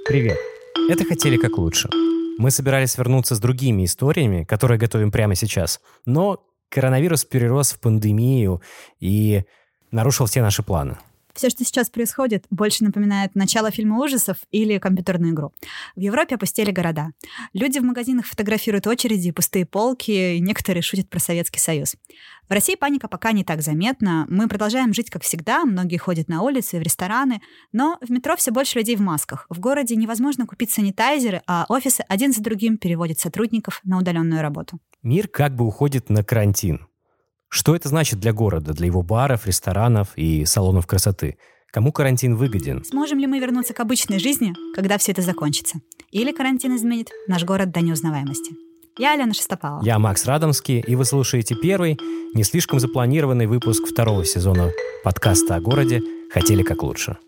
Привет! Это «Хотели как лучше». Мы собирались вернуться с другими историями, которые готовим прямо сейчас, но коронавирус перерос в пандемию и нарушил все наши планы. Все, что сейчас происходит, больше напоминает начало фильма ужасов или компьютерную игру. В Европе опустели города. Люди в магазинах фотографируют очереди, пустые полки, и некоторые шутят про Советский Союз. В России паника пока не так заметна. Мы продолжаем жить как всегда, многие ходят на улицы, в рестораны, но в метро все больше людей в масках. В городе невозможно купить санитайзеры, а офисы один за другим переводят сотрудников на удаленную работу. Мир как бы уходит на карантин. Что это значит для города, для его баров, ресторанов и салонов красоты? Кому карантин выгоден? Сможем ли мы вернуться к обычной жизни, когда все это закончится? Или карантин изменит наш город до неузнаваемости? Я Алена Шестопалова. Я Макс Радомский, и вы слушаете первый, не слишком запланированный выпуск второго сезона подкаста о городе «Хотели как лучше».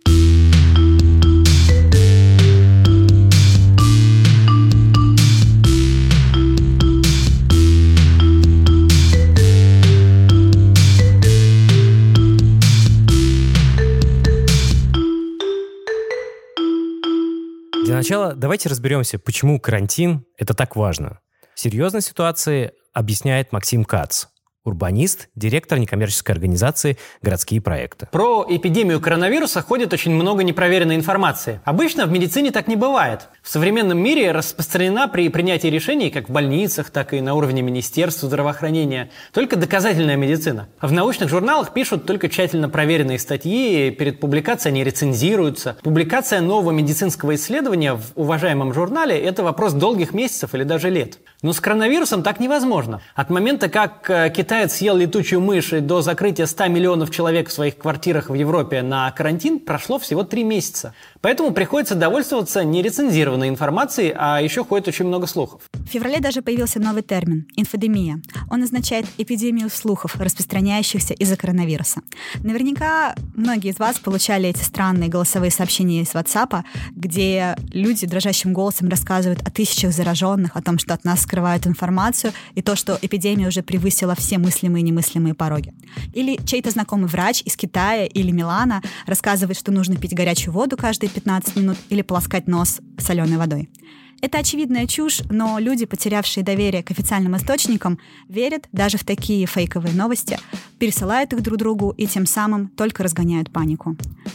Для начала давайте разберемся, почему карантин – это так важно. Серьезной ситуации объясняет Максим Кац, урбанист, директор некоммерческой организации «Городские проекты». Про эпидемию коронавируса ходит очень много непроверенной информации. Обычно в медицине так не бывает. В современном мире распространена при принятии решений как в больницах, так и на уровне Министерства здравоохранения только доказательная медицина. В научных журналах пишут только тщательно проверенные статьи, перед публикацией они рецензируются. Публикация нового медицинского исследования в уважаемом журнале – это вопрос долгих месяцев или даже лет. Но с коронавирусом так невозможно. От момента, как китаец съел летучую мышь и до закрытия 100 миллионов человек в своих квартирах в Европе на карантин прошло всего 3 месяца. Поэтому приходится довольствоваться нерецензированной информацией, а еще ходит очень много слухов. В феврале даже появился новый термин – инфодемия. Он означает эпидемию слухов, распространяющихся из-за коронавируса. Наверняка многие из вас получали эти странные голосовые сообщения из WhatsApp, где люди дрожащим голосом рассказывают о тысячах зараженных, о том, что от нас скрывают информацию, и то, что эпидемия уже превысила все мыслимые и немыслимые пороги. Или чей-то знакомый врач из Китая или Милана рассказывает, что нужно пить горячую воду каждые 15 минут или полоскать нос соленой водой. Это очевидная чушь, но люди, потерявшие доверие к официальным источникам, верят даже в такие фейковые новости, пересылают их друг другу и тем самым только разгоняют панику.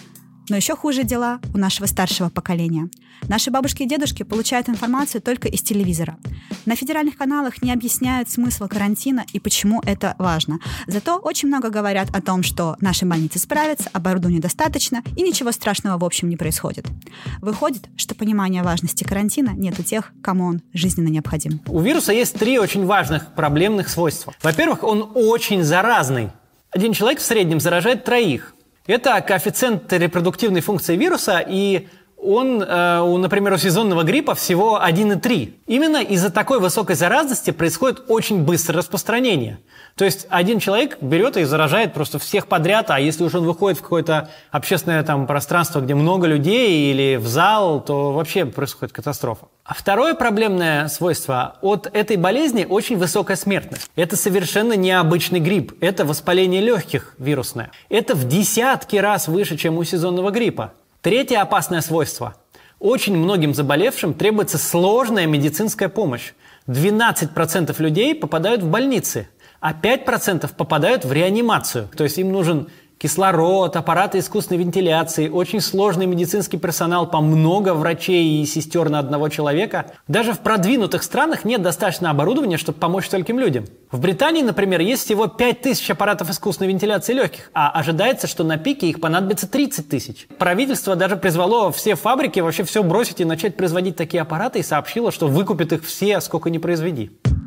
Но еще хуже дела у нашего старшего поколения. Наши бабушки и дедушки получают информацию только из телевизора. На федеральных каналах не объясняют смысл карантина и почему это важно. Зато очень много говорят о том, что наши больницы справятся, оборудования достаточно и ничего страшного в общем не происходит. Выходит, что понимания важности карантина нет у тех, кому он жизненно необходим. У вируса есть 3 очень важных проблемных свойства. Во-первых, он очень заразный. Один человек в среднем заражает 3. Это коэффициент репродуктивной функции вируса, и он, например, у сезонного гриппа всего 1,3. Именно из-за такой высокой заразности происходит очень быстрое распространение. То есть один человек берет и заражает просто всех подряд, а если уж он выходит в какое-то общественное пространство, где много людей, или в зал, то вообще происходит катастрофа. А второе проблемное свойство – от этой болезни очень высокая смертность. Это совершенно необычный грипп, это воспаление легких вирусное. Это в десятки раз выше, чем у сезонного гриппа. Третье опасное свойство. Очень многим заболевшим требуется сложная медицинская помощь. 12% людей попадают в больницы, а 5% попадают в реанимацию. То есть им нужен кислород, аппараты искусственной вентиляции, очень сложный медицинский персонал, по много врачей и сестер на одного человека. Даже в продвинутых странах нет достаточно оборудования, чтобы помочь стольким людям. В Британии, например, есть всего 5000 аппаратов искусственной вентиляции легких, а ожидается, что на пике их понадобится 30 тысяч. Правительство даже призвало все фабрики вообще все бросить и начать производить такие аппараты и сообщило, что выкупит их все, сколько ни произведи.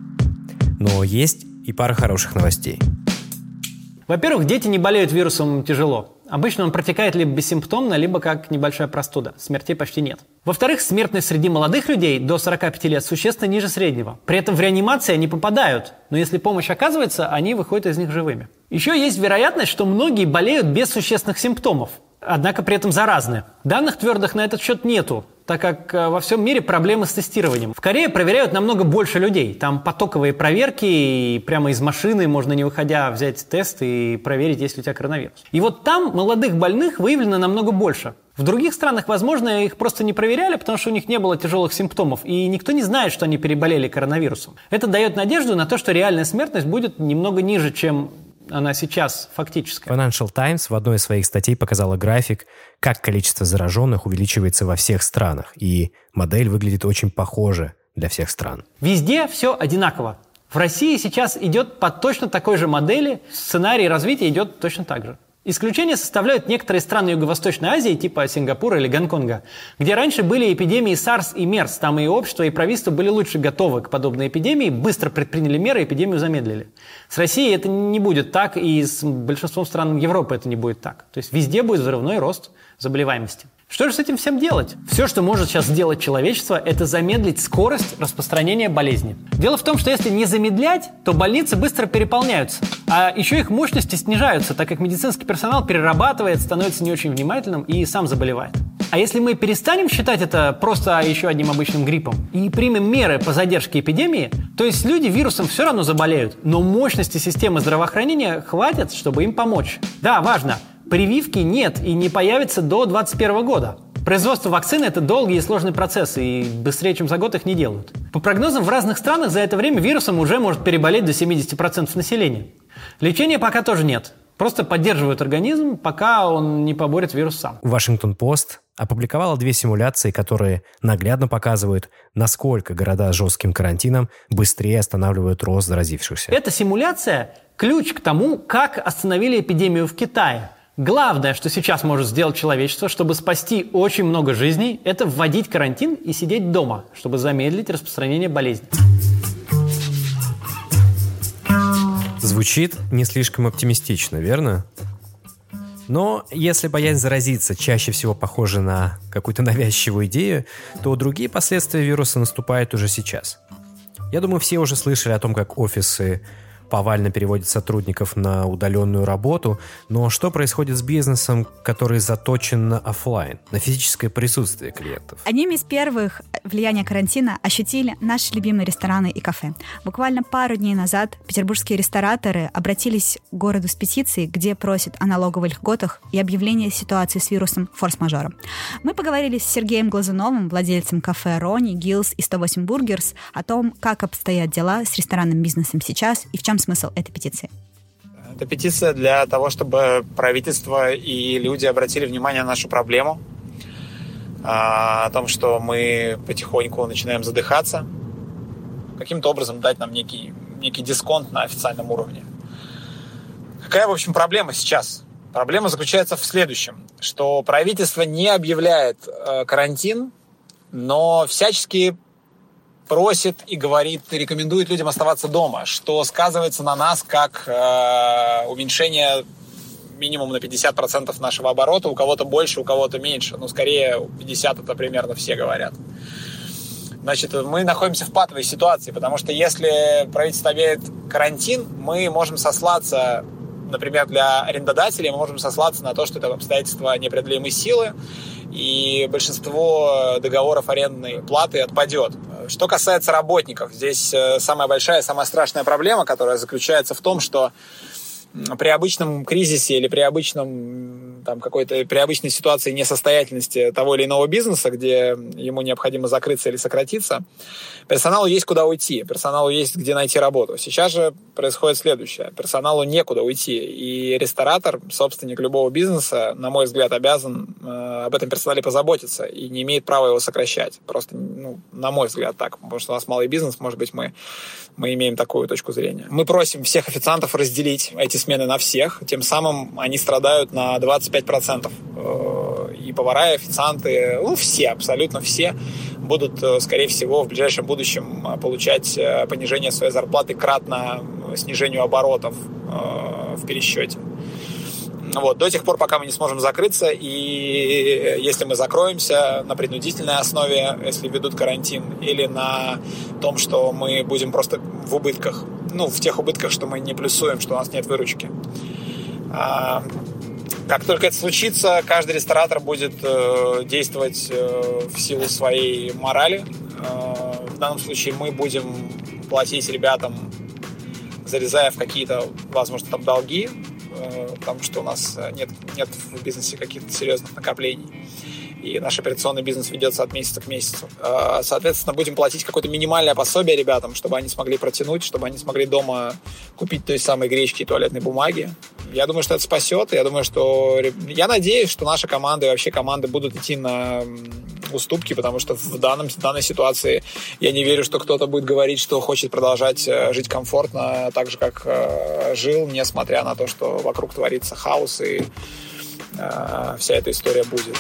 Но есть и пара хороших новостей. Во-первых, дети не болеют вирусом тяжело. Обычно он протекает либо бессимптомно, либо как небольшая простуда. Смертей почти нет. Во-вторых, смертность среди молодых людей до 45 лет существенно ниже среднего. При этом в реанимации они попадают, но если помощь оказывается, они выходят из них живыми. Еще есть вероятность, что многие болеют без существенных симптомов, однако при этом заразны. Данных твердых на этот счет нету, так как во всем мире проблемы с тестированием. В Корее проверяют намного больше людей. Там потоковые проверки, и прямо из машины можно, не выходя, взять тест и проверить, есть ли у тебя коронавирус. И вот там молодых больных выявлено намного больше. В других странах, возможно, их просто не проверяли, потому что у них не было тяжелых симптомов, и никто не знает, что они переболели коронавирусом. Это дает надежду на то, что реальная смертность будет немного ниже, чем она сейчас фактическая. Financial Times в одной из своих статей показала график, как количество зараженных увеличивается во всех странах, и модель выглядит очень похоже для всех стран. Везде все одинаково. В России сейчас идет по точно такой же модели, сценарий развития идет точно так же. Исключение составляют некоторые страны Юго-Восточной Азии, типа Сингапура или Гонконга, где раньше были эпидемии SARS и MERS. Там и общество, и правительство были лучше готовы к подобной эпидемии, быстро предприняли меры, эпидемию замедлили. С Россией это не будет так, и с большинством стран Европы это не будет так. То есть везде будет взрывной рост заболеваемости. Что же с этим всем делать? Все, что может сейчас сделать человечество, это замедлить скорость распространения болезни. Дело в том, что если не замедлять, то больницы быстро переполняются. А еще их мощности снижаются, так как медицинский персонал перерабатывает, становится не очень внимательным и сам заболевает. А если мы перестанем считать это просто еще одним обычным гриппом и примем меры по задержке эпидемии, то есть люди вирусом все равно заболеют, но мощности системы здравоохранения хватит, чтобы им помочь. Да, важно. Прививки нет и не появится до 2021 года. Производство вакцины – это долгий и сложный процесс, и быстрее, чем за год их не делают. По прогнозам, в разных странах за это время вирусом уже может переболеть до 70% населения. Лечения пока тоже нет. Просто поддерживают организм, пока он не поборет вирус сам. Вашингтон-Пост опубликовала 2 симуляции, которые наглядно показывают, насколько города с жестким карантином быстрее останавливают рост заразившихся. Эта симуляция – ключ к тому, как остановили эпидемию в Китае. Главное, что сейчас может сделать человечество, чтобы спасти очень много жизней, это вводить карантин и сидеть дома, чтобы замедлить распространение болезни. Звучит не слишком оптимистично, верно? Но если боязнь заразиться чаще всего похожа на какую-то навязчивую идею, то другие последствия вируса наступают уже сейчас. Я думаю, все уже слышали о том, как офисы повально переводят сотрудников на удаленную работу, но что происходит с бизнесом, который заточен на офлайн, на физическое присутствие клиентов? Одним из первых влияния карантина ощутили наши любимые рестораны и кафе. Буквально пару дней назад петербургские рестораторы обратились к городу с петицией, где просят о налоговых льготах и объявлении ситуации с вирусом форс-мажором. Мы поговорили с Сергеем Глазуновым, владельцем кафе «Рони», «Гиллс» и «108 Бургерс», о том, как обстоят дела с ресторанным бизнесом сейчас и в чем смысл этой петиции. Это петиция для того, чтобы правительство и люди обратили внимание на нашу проблему, о том, что мы потихоньку начинаем задыхаться, каким-то образом дать нам некий дисконт на официальном уровне. Какая, в общем, проблема сейчас? Проблема заключается в следующем, что правительство не объявляет карантин, но всячески просит и говорит, рекомендует людям оставаться дома, что сказывается на нас как уменьшение минимум на 50% нашего оборота, у кого-то больше, у кого-то меньше. Ну, скорее, 50 это примерно все говорят. Значит, мы находимся в патовой ситуации, потому что если правительство объявит карантин, мы можем сослаться, например, для арендодателей, мы можем сослаться на то, что это обстоятельства непреодолимой силы, и большинство договоров арендной платы отпадет. Что касается работников, здесь самая большая, самая страшная проблема, которая заключается в том, что при обычном кризисе или при обычной ситуации несостоятельности того или иного бизнеса, где ему необходимо закрыться или сократиться, персоналу есть куда уйти, персоналу есть где найти работу. Сейчас же происходит следующее. Персоналу некуда уйти, и ресторатор, собственник любого бизнеса, на мой взгляд, обязан об этом персонале позаботиться и не имеет права его сокращать. Просто, на мой взгляд, так. Потому что у нас малый бизнес, может быть, мы имеем такую точку зрения. Мы просим всех официантов разделить эти смены на всех, тем самым они страдают на 25%. И повара, и официанты, все, абсолютно все будут, скорее всего, в ближайшем будущем получать понижение своей зарплаты кратно снижению оборотов в пересчете. До тех пор, пока мы не сможем закрыться, и если мы закроемся на принудительной основе, если введут карантин, или на том, что мы будем просто в убытках, в тех убытках, что мы не плюсуем, что у нас нет выручки. Как только это случится, каждый ресторатор будет действовать в силу своей морали. В данном случае мы будем платить ребятам, залезая в какие-то, возможно, там долги, потому что у нас нет в бизнесе каких-то серьезных накоплений. и наш операционный бизнес ведется от месяца к месяцу. Соответственно, будем платить какое-то минимальное пособие ребятам, чтобы они смогли протянуть, чтобы они смогли дома купить той самой гречки и туалетной бумаги. Я думаю, что это спасет. Я надеюсь, что наша команда и вообще команды будут идти на уступки, потому что в данной ситуации я не верю, что кто-то будет говорить, что хочет продолжать жить комфортно так же, как жил, несмотря на то, что вокруг творится хаос и вся эта история будет.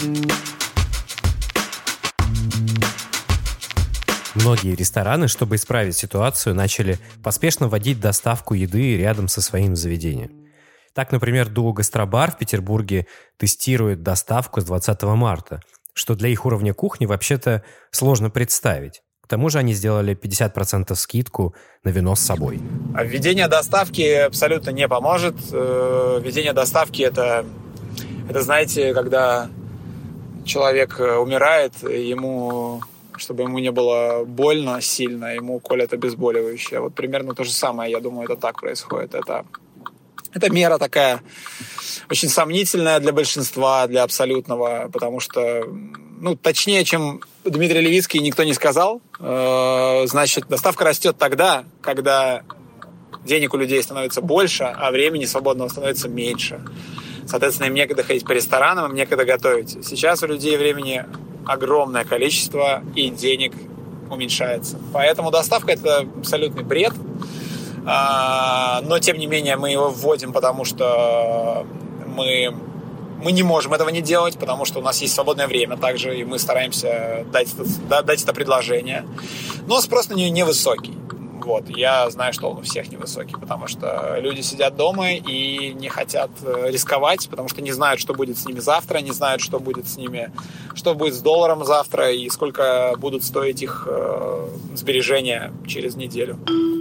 Многие рестораны, чтобы исправить ситуацию, начали поспешно вводить доставку еды рядом со своим заведением. Так, например, Duo Гастробар в Петербурге тестирует доставку с 20 марта, что для их уровня кухни вообще-то сложно представить. К тому же они сделали 50% скидку на вино с собой. Введение доставки абсолютно не поможет. Введение доставки это, знаете, когда человек умирает, чтобы ему не было больно сильно, ему колят обезболивающее. Вот примерно то же самое, я думаю, это так происходит. Это мера такая очень сомнительная для большинства, для абсолютного, потому что, точнее, чем Дмитрий Левицкий никто не сказал. Значит, доставка растет тогда, когда денег у людей становится больше, а времени свободного становится меньше. Соответственно, им некогда ходить по ресторанам, им некогда готовить. Сейчас у людей времени огромное количество, и денег уменьшается. Поэтому доставка – это абсолютный бред. Но, тем не менее, мы его вводим, потому что мы не можем этого не делать, потому что у нас есть свободное время также, и мы стараемся дать это предложение. Но спрос на нее невысокий. Вот. Я знаю, что он у всех невысокий, потому что люди сидят дома и не хотят рисковать, потому что не знают, что будет с ними завтра, не знают, что будет с долларом завтра и сколько будут стоить их сбережения через неделю.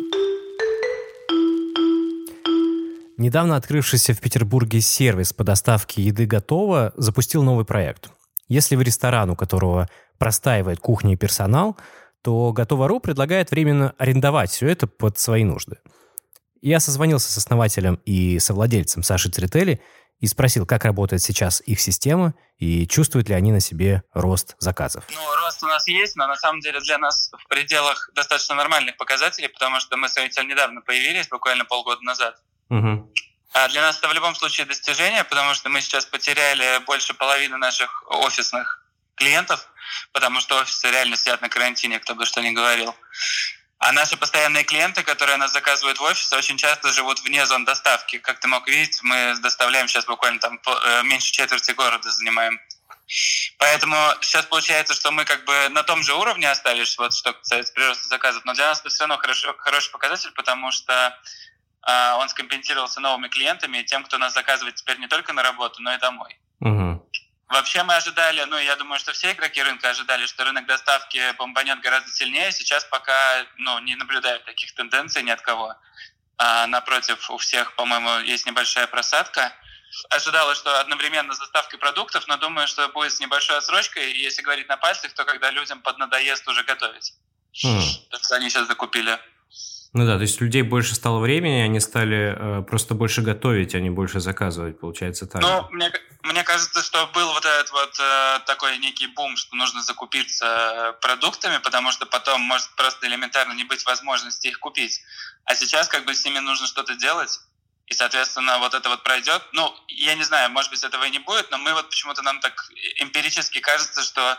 Недавно открывшийся в Петербурге сервис по доставке еды «Готово» запустил новый проект. Если вы ресторан, у которого простаивает кухня и персонал, то Готово.ру предлагает временно арендовать все это под свои нужды. Я созвонился с основателем и совладельцем Сашей Церетели и спросил, как работает сейчас их система и чувствуют ли они на себе рост заказов. Рост у нас есть, но на самом деле для нас в пределах достаточно нормальных показателей, потому что мы совсем недавно появились, буквально полгода назад. Угу. А для нас это в любом случае достижение, потому что мы сейчас потеряли больше половины наших офисных клиентов, потому что офисы реально сидят на карантине, кто бы что ни говорил. А наши постоянные клиенты, которые нас заказывают в офисе, очень часто живут вне зон доставки. Как ты мог видеть, мы доставляем сейчас буквально меньше четверти города занимаем. Поэтому сейчас получается, что мы как бы на том же уровне остались, вот что касается прироста заказов, но для нас это все равно хороший показатель, потому что он скомпенсировался новыми клиентами и тем, кто нас заказывает теперь не только на работу, но и домой. Угу. Вообще мы ожидали, я думаю, что все игроки рынка ожидали, что рынок доставки бомбанет гораздо сильнее. Сейчас пока не наблюдаю таких тенденций ни от кого. Напротив, у всех, по-моему, есть небольшая просадка. Ожидалось, что одновременно с доставкой продуктов, но думаю, что будет с небольшой отсрочкой. И если говорить на пальцах, то когда людям поднадоест уже готовить. То, что они сейчас закупили. То есть у людей больше стало времени, они стали просто больше готовить, а не больше заказывать, получается так. Мне кажется, что был вот этот такой некий бум, что нужно закупиться продуктами, потому что потом может просто элементарно не быть возможности их купить. А сейчас как бы с ними нужно что-то делать, и, соответственно, вот это вот пройдет. Я не знаю, может быть, этого и не будет, но мы вот почему-то нам так эмпирически кажется, что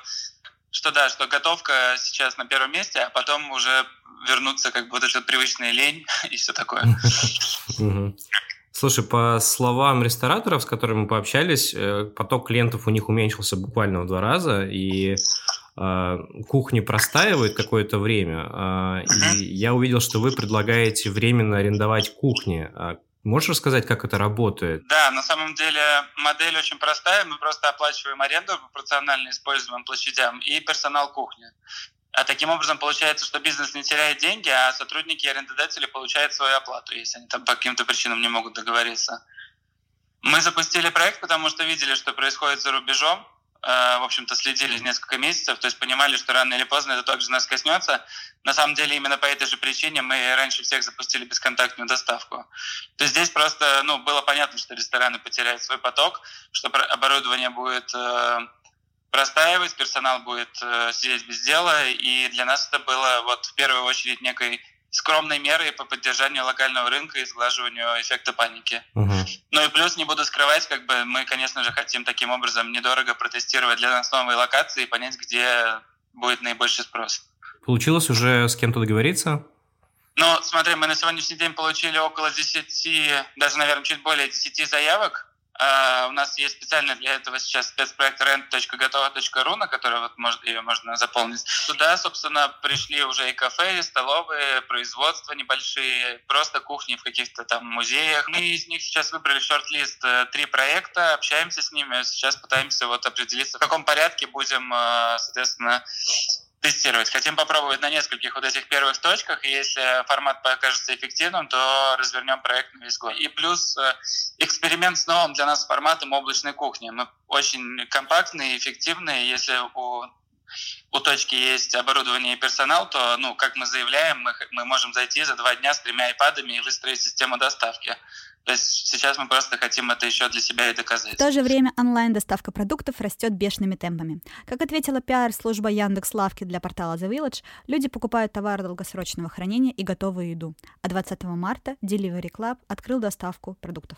готовка сейчас на первом месте, а потом уже вернуться как бы вот эта привычная лень и все такое. Слушай, по словам рестораторов, с которыми мы пообщались, поток клиентов у них уменьшился буквально в 2 раза, и кухни простаивают какое-то время. И я увидел, что вы предлагаете временно арендовать кухни. Можешь рассказать, как это работает? Да, на самом деле модель очень простая. Мы просто оплачиваем аренду пропорционально используемым площадям и персонал кухни. А таким образом получается, что бизнес не теряет деньги, а сотрудники и арендодатели получают свою оплату, если они там по каким-то причинам не могут договориться. Мы запустили проект, потому что видели, что происходит за рубежом. В общем-то, следили несколько месяцев, то есть понимали, что рано или поздно это также нас коснется. На самом деле, именно по этой же причине мы раньше всех запустили бесконтактную доставку. То есть здесь просто было понятно, что рестораны потеряют свой поток, что оборудование будет простаивать, персонал будет сидеть без дела, и для нас это было вот в первую очередь некой скромной мерой по поддержанию локального рынка и сглаживанию эффекта паники. Ну и плюс, не буду скрывать, как бы мы, конечно же, хотим таким образом недорого протестировать для нас новые локации и понять, где будет наибольший спрос. Получилось уже с кем-то договориться? Ну, смотри, мы на сегодняшний день получили около 10, даже, наверное, чуть более 10 заявок. У нас есть специально для этого сейчас спецпроект rent.gotova.ru, на который вот ее можно заполнить. Туда, собственно, пришли уже и кафе, и столовые, производства небольшие, просто кухни в каких-то там музеях. Мы из них сейчас выбрали в шорт-лист 3 проекта, общаемся с ними, сейчас пытаемся вот определиться, в каком порядке будем, соответственно, тестировать. Хотим попробовать на нескольких вот этих первых точках, и если формат покажется эффективным, то развернем проект на весь год. И плюс эксперимент с новым для нас форматом облачной кухни. Мы очень компактные, эффективные. Если у точки есть оборудование и персонал, то, ну, как мы заявляем, мы можем зайти за 2 дня с 3 айпадами и выстроить систему доставки. То есть сейчас мы просто хотим это еще для себя и доказать. В то же время онлайн-доставка продуктов растет бешеными темпами. Как ответила пиар-служба Яндекс.Лавки для портала The Village, люди покупают товары долгосрочного хранения и готовую еду. А 20 марта Delivery Club открыл доставку продуктов.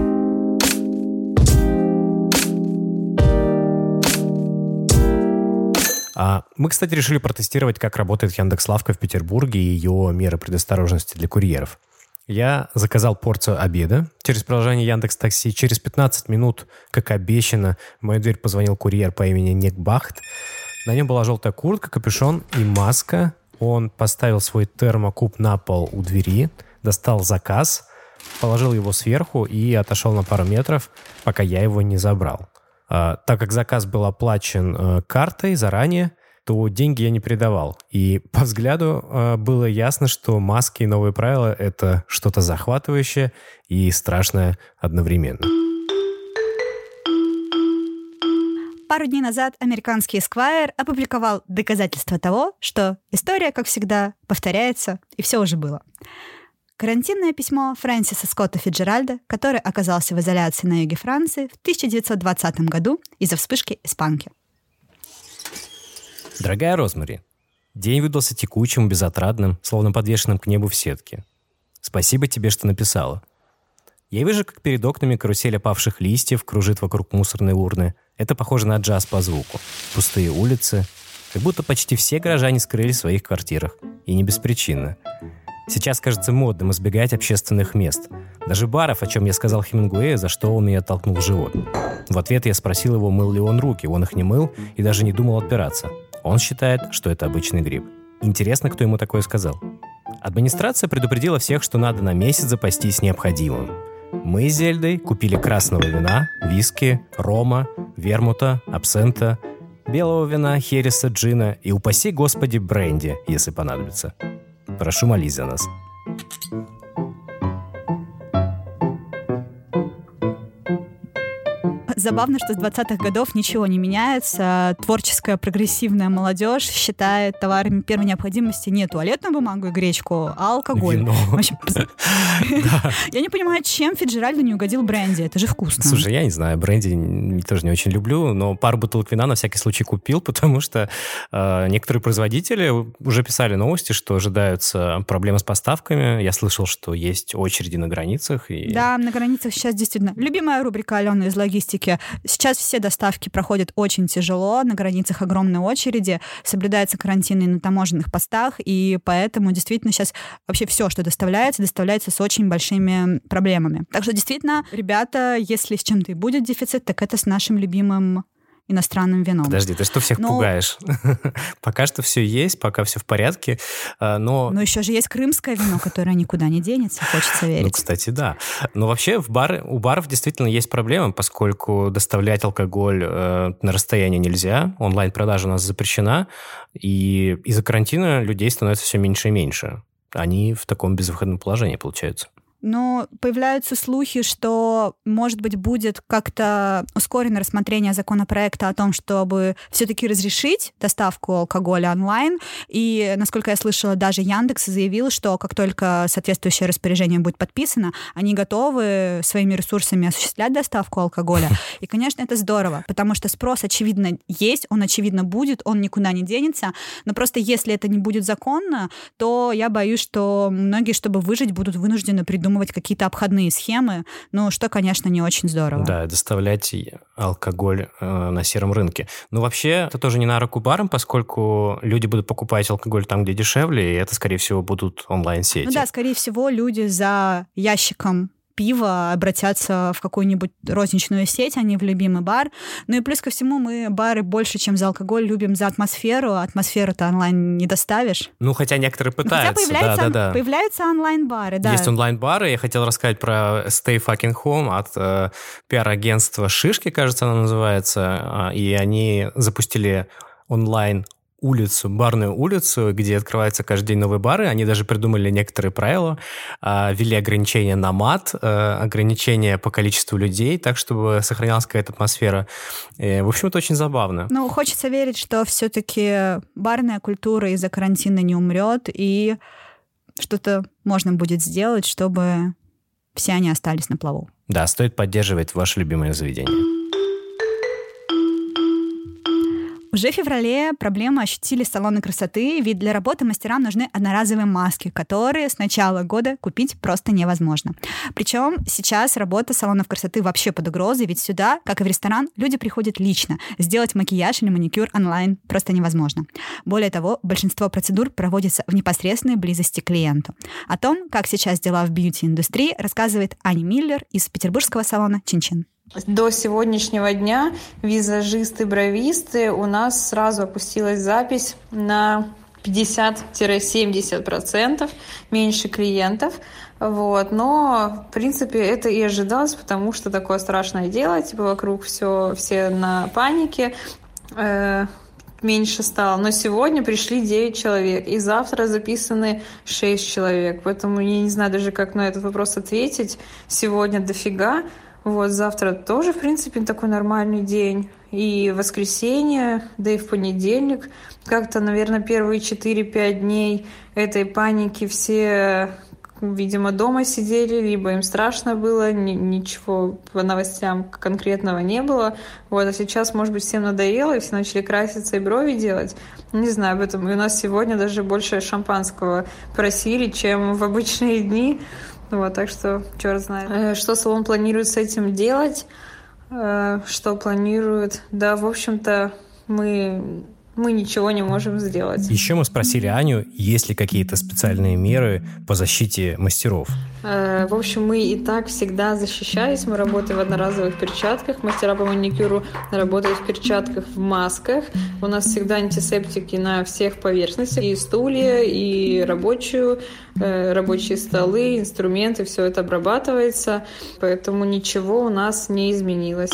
Мы, кстати, решили протестировать, как работает Яндекс.Лавка в Петербурге и ее меры предосторожности для курьеров. Я заказал порцию обеда через приложение Яндекс.Такси. Через 15 минут, как обещано, в мою дверь позвонил курьер по имени Ник Бахт. На нем была желтая куртка, капюшон и маска. Он поставил свой термокуб на пол у двери, достал заказ, положил его сверху и отошел на пару метров, пока я его не забрал. Так как заказ был оплачен картой заранее, то деньги я не передавал. И по взгляду было ясно, что маски и новые правила — это что-то захватывающее и страшное одновременно. Пару дней назад американский Esquire опубликовал доказательства того, что история, как всегда, повторяется, и все уже было. Карантинное письмо Фрэнсиса Скотта Фицджеральда, который оказался в изоляции на юге Франции в 1920 году из-за вспышки испанки. Дорогая Розмари, день выдался текучим, безотрадным, словно подвешенным к небу в сетке. Спасибо тебе, что написала. Я вижу, как перед окнами карусель опавших листьев кружит вокруг мусорной урны. Это похоже на джаз по звуку. Пустые улицы. Как будто почти все горожане скрылись в своих квартирах. И не беспричинно. Сейчас кажется модным избегать общественных мест. Даже баров, о чем я сказал Хемингуэю, за что он меня толкнул в живот. В ответ я спросил его, мыл ли он руки. Он их не мыл и даже не думал отпираться. Он считает, что это обычный грипп. Интересно, кто ему такое сказал. Администрация предупредила всех, что надо на месяц запастись необходимым. Мы с Зельдой купили красного вина, виски, рома, вермута, абсента, белого вина, хереса, джина и, упаси господи, бренди, если понадобится. Прошу молись за нас. Забавно, что с 20-х годов ничего не меняется. Творческая прогрессивная молодежь считает товарами первой необходимости не туалетную бумагу и гречку, а алкоголь. Вино. Я не понимаю, чем Фицджеральду не угодил бренди. Это же вкусно. Слушай, я не знаю, бренди тоже не очень люблю, но пару бутылок вина на всякий случай купил, потому что некоторые производители уже писали новости, что ожидаются проблемы с поставками. Я слышал, что есть очереди на границах. Да, на границах сейчас действительно. Любимая рубрика Алены из логистики. Сейчас все доставки проходят очень тяжело, на границах огромные очереди, соблюдается карантин и на таможенных постах, и поэтому действительно сейчас вообще все, что доставляется с очень большими проблемами. Так что действительно, ребята, если с чем-то и будет дефицит, так это с нашим любимым иностранным вином. Подожди, ты что всех пугаешь? Пока что все есть, пока все в порядке, но... Но еще же есть крымское вино, которое никуда не денется, хочется верить. Ну, кстати, да. Но вообще у баров действительно есть проблемы, поскольку доставлять алкоголь на расстояние нельзя, онлайн-продажа у нас запрещена, и из-за карантина людей становится все меньше и меньше. Они в таком безвыходном положении получаются. Но появляются слухи, что, может быть, будет как-то ускорено рассмотрение законопроекта о том, чтобы все-таки разрешить доставку алкоголя онлайн. И, насколько я слышала, даже Яндекс заявил, что как только соответствующее распоряжение будет подписано, они готовы своими ресурсами осуществлять доставку алкоголя. И, конечно, это здорово, потому что спрос, очевидно, есть, он, очевидно, будет, он никуда не денется. Но просто если это не будет законно, то я боюсь, что многие, чтобы выжить, будут вынуждены придумывать какие-то обходные схемы, ну, что, конечно, не очень здорово. Да, доставлять алкоголь на сером рынке. Но вообще, это тоже не на руку барам, поскольку люди будут покупать алкоголь там, где дешевле, и это, скорее всего, будут онлайн-сети. Ну да, скорее всего, люди за ящиком пива обратятся в какую-нибудь розничную сеть, а не в любимый бар. Ну и плюс ко всему мы бары больше, чем за алкоголь, любим за атмосферу. Атмосферу-то онлайн не доставишь. Ну, хотя некоторые пытаются. Хотя появляются онлайн-бары, да. Есть онлайн-бары. Я хотел рассказать про Stay Fucking Home от пиар-агентства «Шишки», кажется, оно называется. И они запустили онлайн барную улицу, где открываются каждый день новые бары. Они даже придумали некоторые правила, ввели ограничения на мат, ограничения по количеству людей, так, чтобы сохранялась какая-то атмосфера. В общем, это очень забавно. Ну, хочется верить, что все-таки барная культура из-за карантина не умрет, и что-то можно будет сделать, чтобы все они остались на плаву. Да, стоит поддерживать ваше любимое заведение. Уже в феврале проблему ощутили салоны красоты, ведь для работы мастерам нужны одноразовые маски, которые с начала года купить просто невозможно. Причем сейчас работа салонов красоты вообще под угрозой, ведь сюда, как и в ресторан, люди приходят лично. Сделать макияж или маникюр онлайн просто невозможно. Более того, большинство процедур проводится в непосредственной близости к клиенту. О том, как сейчас дела в бьюти-индустрии, рассказывает Аня Миллер из петербургского салона «Чин-Чин». До сегодняшнего дня визажисты-бровисты у нас сразу опустилась запись на 50-70%, меньше клиентов. Вот. Но, в принципе, это и ожидалось, потому что такое страшное дело, типа вокруг все на панике, меньше стало. Но сегодня пришли 9 человек, и завтра записаны 6 человек. Поэтому я не знаю даже, как на этот вопрос ответить. Сегодня дофига. Вот, завтра тоже, в принципе, такой нормальный день. И в воскресенье, да и в понедельник. Как-то, наверное, первые 4-5 дней этой паники все, видимо, дома сидели, либо им страшно было, ничего по новостям конкретного не было. Вот, а сейчас, может быть, всем надоело, и все начали краситься и брови делать. Не знаю об этом. И у нас сегодня даже больше шампанского просили, чем в обычные дни. Вот, так что черт знает. Что салон планирует с этим делать? Что планирует? Да, в общем-то, мы ничего не можем сделать. Еще мы спросили Аню, есть ли какие-то специальные меры по защите мастеров. В общем, мы и так всегда защищались. Мы работаем в одноразовых перчатках. Мастера по маникюру работают в перчатках, в масках. У нас всегда антисептики на всех поверхностях. И стулья, и рабочие столы, инструменты. Все это обрабатывается. Поэтому ничего у нас не изменилось.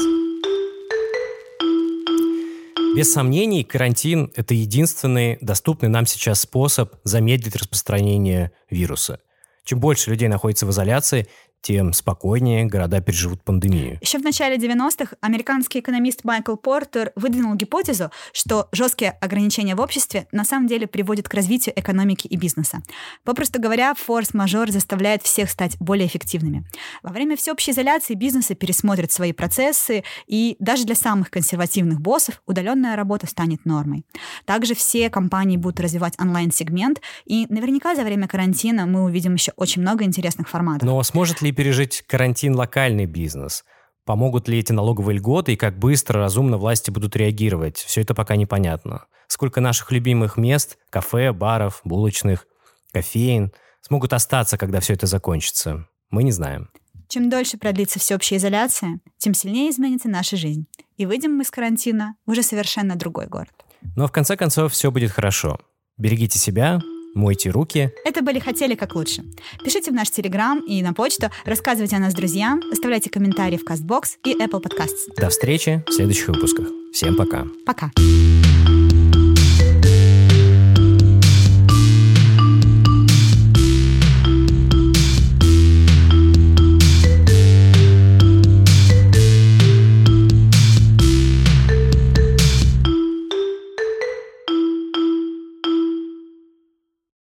Без сомнений, карантин – это единственный доступный нам сейчас способ замедлить распространение вируса. Чем больше людей находится в изоляции, тем спокойнее города переживут пандемию. Еще в начале 90-х американский экономист Майкл Портер выдвинул гипотезу, что жесткие ограничения в обществе на самом деле приводят к развитию экономики и бизнеса. Попросту говоря, форс-мажор заставляет всех стать более эффективными. Во время всеобщей изоляции бизнесы пересмотрят свои процессы, и даже для самых консервативных боссов удаленная работа станет нормой. Также все компании будут развивать онлайн-сегмент, и наверняка за время карантина мы увидим еще очень много интересных форматов. Но сможет ли пережить карантин локальный бизнес? Помогут ли эти налоговые льготы и как быстро, разумно власти будут реагировать? Все это пока непонятно. Сколько наших любимых мест, кафе, баров, булочных, кофеин смогут остаться, когда все это закончится? Мы не знаем. Чем дольше продлится всеобщая изоляция, тем сильнее изменится наша жизнь. И выйдем мы из карантина в уже совершенно другой город. Но в конце концов все будет хорошо. Берегите себя, мойте руки. Это были «Хотели как лучше». Пишите в наш Телеграм и на почту, рассказывайте о нас друзьям, оставляйте комментарии в Castbox и Apple Podcasts. До встречи в следующих выпусках. Всем пока. Пока.